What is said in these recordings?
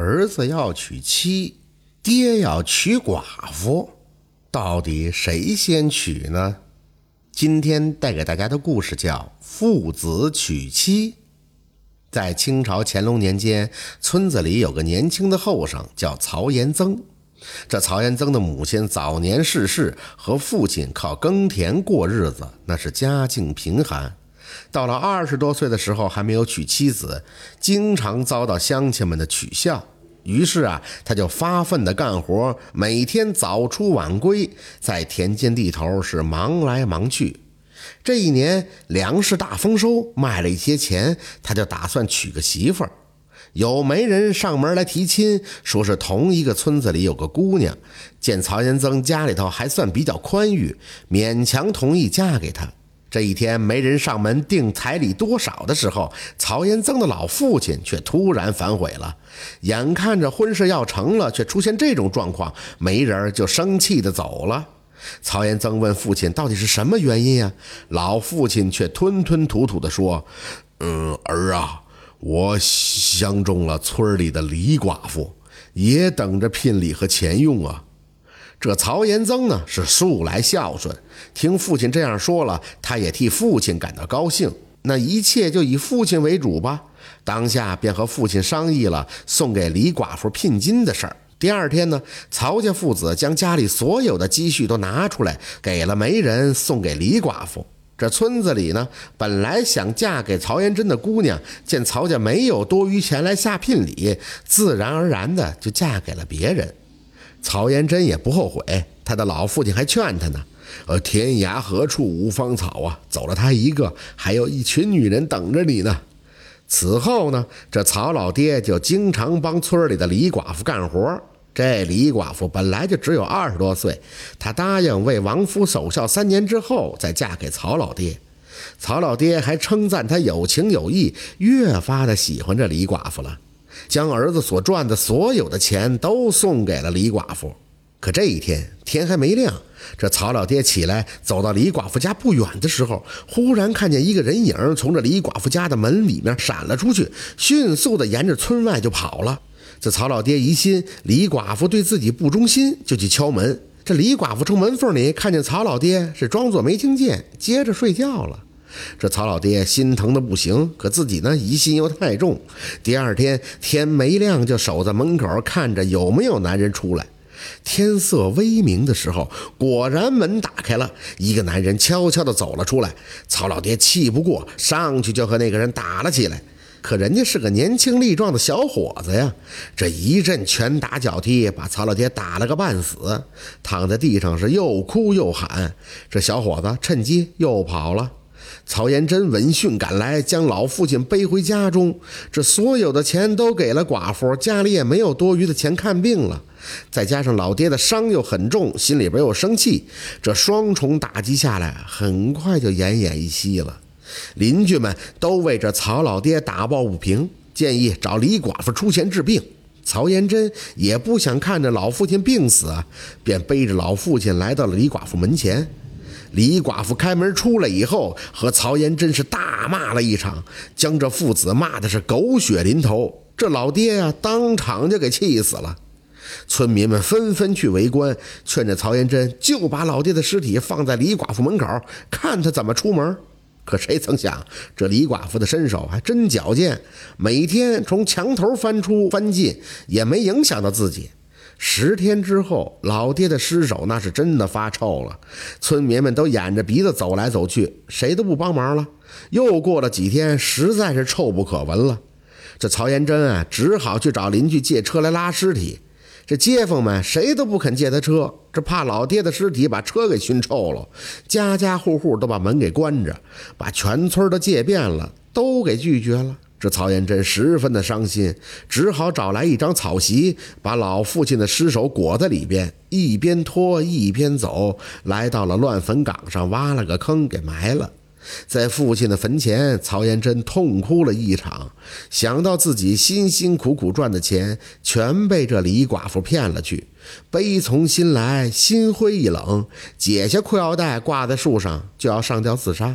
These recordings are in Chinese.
儿子要娶妻，爹要娶寡妇，到底谁先娶呢？今天带给大家的故事叫父子娶妻。在清朝乾隆年间，村子里有个年轻的后生叫曹延增。这曹延增的母亲早年逝世，和父亲靠耕田过日子，那是家境贫寒。到了20多岁的时候还没有娶妻子，经常遭到乡亲们的取笑。于是他就发奋的干活，每天早出晚归，在田间地头是忙来忙去。这一年粮食大丰收，卖了一些钱，他就打算娶个媳妇儿。有媒人上门来提亲，说是同一个村子里有个姑娘，见曹延增家里头还算比较宽裕，勉强同意嫁给他。这一天媒人上门定彩礼多少的时候，曹延增的老父亲却突然反悔了。眼看着婚事要成了，却出现这种状况，媒人就生气的走了。曹延增问父亲到底是什么原因啊？老父亲却吞吞吐吐地说：儿啊，我相中了村里的李寡妇，也等着聘礼和钱用啊。这曹延增呢是素来孝顺，听父亲这样说了，他也替父亲感到高兴，那一切就以父亲为主吧。当下便和父亲商议了送给李寡妇聘金的事儿。第二天呢，曹家父子将家里所有的积蓄都拿出来，给了媒人送给李寡妇。这村子里呢，本来想嫁给曹延珍的姑娘，见曹家没有多余钱来下聘礼，自然而然的就嫁给了别人。曹延珍也不后悔，他的老父亲还劝他呢：天涯何处无芳草啊，走了他一个，还有一群女人等着你呢。此后呢，这曹老爹就经常帮村里的李寡妇干活。这李寡妇本来就只有20多岁，她答应为亡夫守孝3年之后再嫁给曹老爹。曹老爹还称赞她有情有义，越发的喜欢这李寡妇了，将儿子所赚的所有的钱都送给了李寡妇。可这一天天还没亮，这曹老爹起来走到李寡妇家不远的时候，忽然看见一个人影从这李寡妇家的门里面闪了出去，迅速的沿着村外就跑了。这曹老爹疑心李寡妇对自己不忠心，就去敲门。这李寡妇从门缝里看见曹老爹，是装作没听见，接着睡觉了。这曹老爹心疼的不行，可自己呢疑心又太重。第二天天没亮就守在门口看着有没有男人出来。天色微明的时候，果然门打开了，一个男人悄悄地走了出来。曹老爹气不过，上去就和那个人打了起来。可人家是个年轻力壮的小伙子呀，这一阵拳打脚踢，把曹老爹打了个半死，躺在地上是又哭又喊。这小伙子趁机又跑了。曹延珍闻讯赶来，将老父亲背回家中，这所有的钱都给了寡妇，家里也没有多余的钱看病了。再加上老爹的伤又很重，心里边又生气，这双重打击下来，很快就奄奄一息了。邻居们都为这曹老爹打抱不平，建议找李寡妇出钱治病。曹延珍也不想看着老父亲病死便背着老父亲来到了李寡妇门前。李寡妇开门出来以后，和曹延珍是大骂了一场，将这父子骂的是狗血淋头。这老爹当场就给气死了。村民们纷纷去围观，劝着曹延珍就把老爹的尸体放在李寡妇门口，看他怎么出门。可谁曾想，这李寡妇的身手还真矫健，每天从墙头翻出翻进，也没影响到自己。10天之后，老爹的尸首那是真的发臭了，村民们都掩着鼻子走来走去，谁都不帮忙了。又过了几天，实在是臭不可闻了。这曹延珍只好去找邻居借车来拉尸体。这街坊们谁都不肯借他车，这怕老爹的尸体把车给熏臭了，家家户户都把门给关着，把全村都借遍了，都给拒绝了。这曹延珍十分的伤心，只好找来一张草席，把老父亲的尸首裹在里边，一边拖一边走，来到了乱坟岗上，挖了个坑给埋了。在父亲的坟前，曹延珍痛哭了一场，想到自己辛辛苦苦赚的钱全被这李寡妇骗了去，悲从心来，心灰意冷，解下裤腰带挂在树上，就要上吊自杀。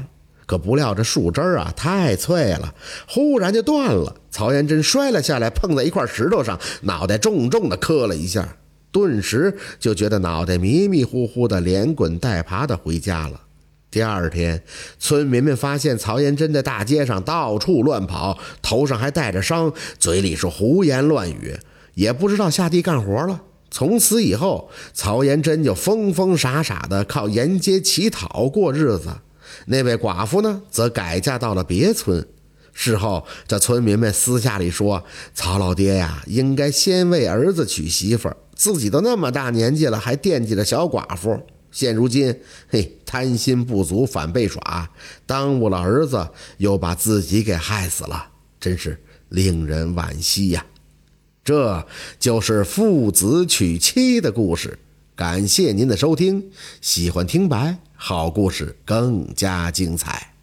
可不料这树枝啊太脆了，忽然就断了。曹延真摔了下来，碰在一块石头上，脑袋重重的磕了一下，顿时就觉得脑袋迷迷糊糊的，连滚带爬的回家了。第二天，村民们发现曹延真在大街上到处乱跑，头上还带着伤，嘴里是胡言乱语，也不知道下地干活了。从此以后，曹延真就疯疯傻傻的靠沿街乞讨过日子。那位寡妇呢，则改嫁到了别村。事后，这村民们私下里说，曹老爹呀，应该先为儿子娶媳妇儿，自己都那么大年纪了，还惦记着小寡妇。现如今，贪心不足反被耍，耽误了儿子，又把自己给害死了，真是令人惋惜呀。这就是父子娶妻的故事。感谢您的收听，喜欢听白，好故事更加精彩。